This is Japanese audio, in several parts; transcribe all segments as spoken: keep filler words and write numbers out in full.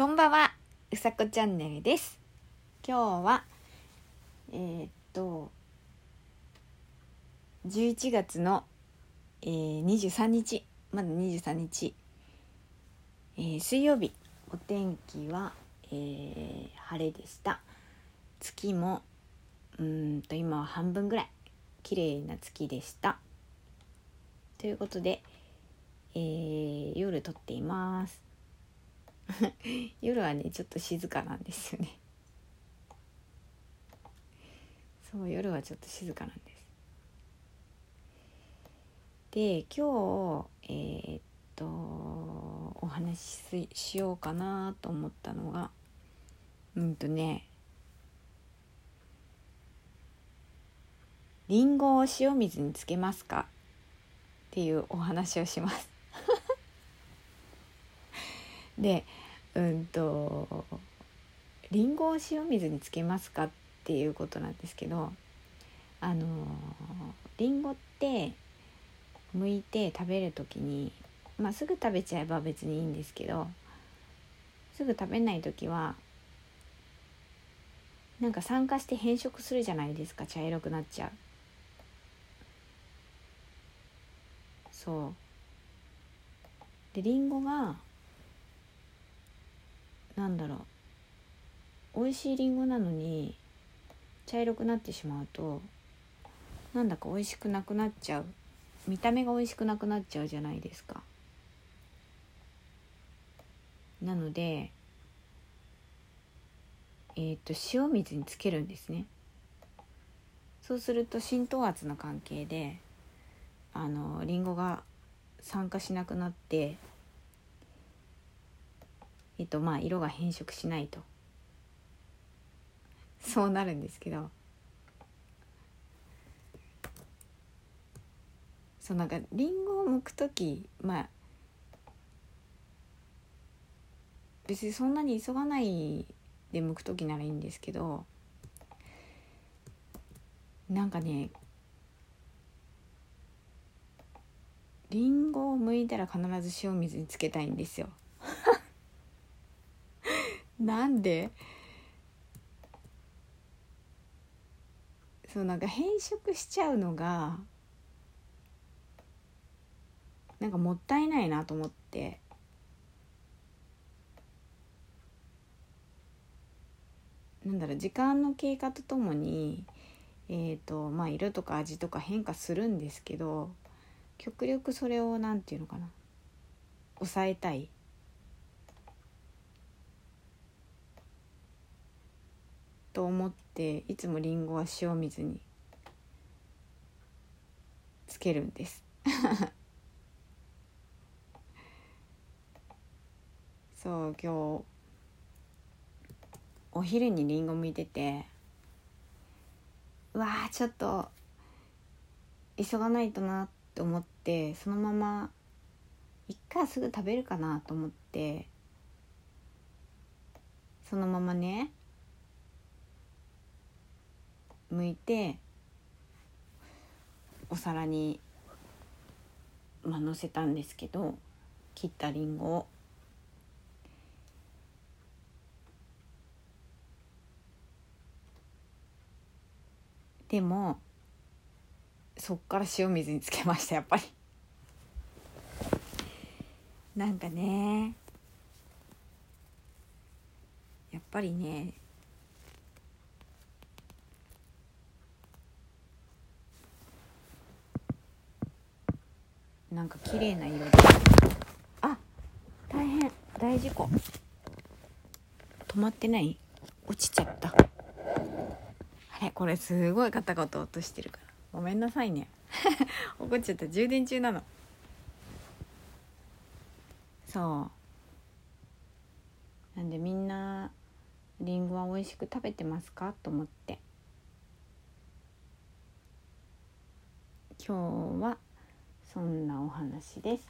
こんばんは、うさこチャンネルです。今日はえー、っとじゅういちがつの、えー、にじゅうさんにち、まだにじゅうさんにち、えー、水曜日。お天気は、えー、晴れでした。月もうーんと今は半分ぐらい綺麗な月でした。ということで、えー、夜撮っています夜はねちょっと静かなんですよね。そう夜はちょっと静かなんです。で今日えー、っとお話ししようかなと思ったのがうんとねリンゴを塩水につけますかっていうお話をしますでうんとリンゴを塩水につけますかっていうことなんですけど、あのリンゴって剥いて食べるときに、まあ、すぐ食べちゃえば別にいいんですけど、すぐ食べないときはなんか酸化して変色するじゃないですか。茶色くなっちゃう。そうでリンゴがなんだろう美味しいリンゴなのに茶色くなってしまうとなんだか美味しくなくなっちゃう。見た目が美味しくなくなっちゃうじゃないですか。なのでえっと塩水につけるんですね。そうすると浸透圧の関係であのリンゴが酸化しなくなってえっとまあ色が変色しないとそうなるんですけど、そうなんかリンゴを剥くときまあ別にそんなに急がないで剥くときならいいんですけど、なんかねリンゴを剥いたら必ず塩水につけたいんですよなんでそうなんか変色しちゃうのがなんかもったいないなと思って、なんだろう時間の経過とともにえーとまあ色とか味とか変化するんですけど、極力それをなんていうのかな抑えたいと思っていつもリンゴは塩水につけるんですそう今日お昼にリンゴ剥いてて、うわーちょっと急がないとなって思ってそのままいっかすぐ食べるかなと思ってそのままね剥いてお皿に、まあ、乗せたんですけど、切ったリンゴをでもそっから塩水につけました。やっぱりなんかねやっぱりねなんか綺麗な色で、あ大変大事故止まってない、落ちちゃった。あれこれすごいガタガタ音してるからごめんなさいね怒っちゃった。充電中なの。そうなんでみんなリンゴは美味しく食べてますかと思って今日はそんなお話です。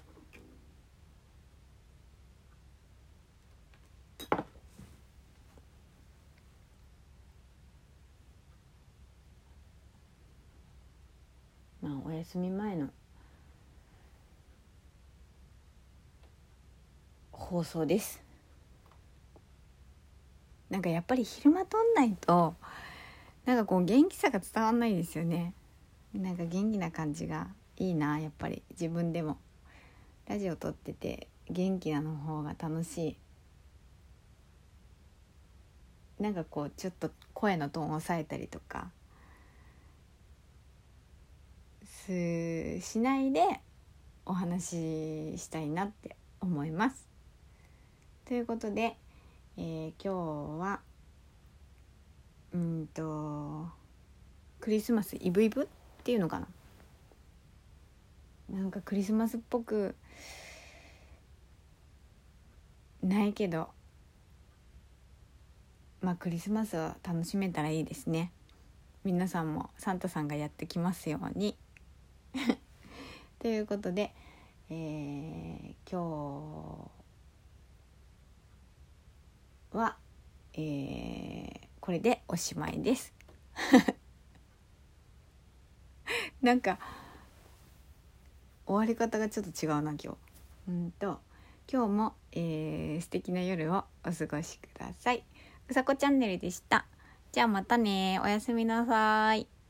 まあお休み前の放送です。 なんかやっぱり昼間撮んないとなんかこう元気さが伝わんないですよね。なんか元気な感じがいいな、やっぱり自分でもラジオ撮ってて元気なの方が楽しい。なんかこうちょっと声のトーンを抑えたりとかすしないでお話ししたいなって思います。ということで、えー、今日はうんとクリスマスイブイブっていうのかな、なんかクリスマスっぽくないけど、まあクリスマスを楽しめたらいいですね。皆さんもサンタさんがやってきますようにということで、えー、今日は、えー、これでおしまいですなんか終わり方がちょっと違うな今日。うんと今日も、えー、素敵な夜をお過ごしください。うさこチャンネルでした。じゃあまたね、おやすみなさい。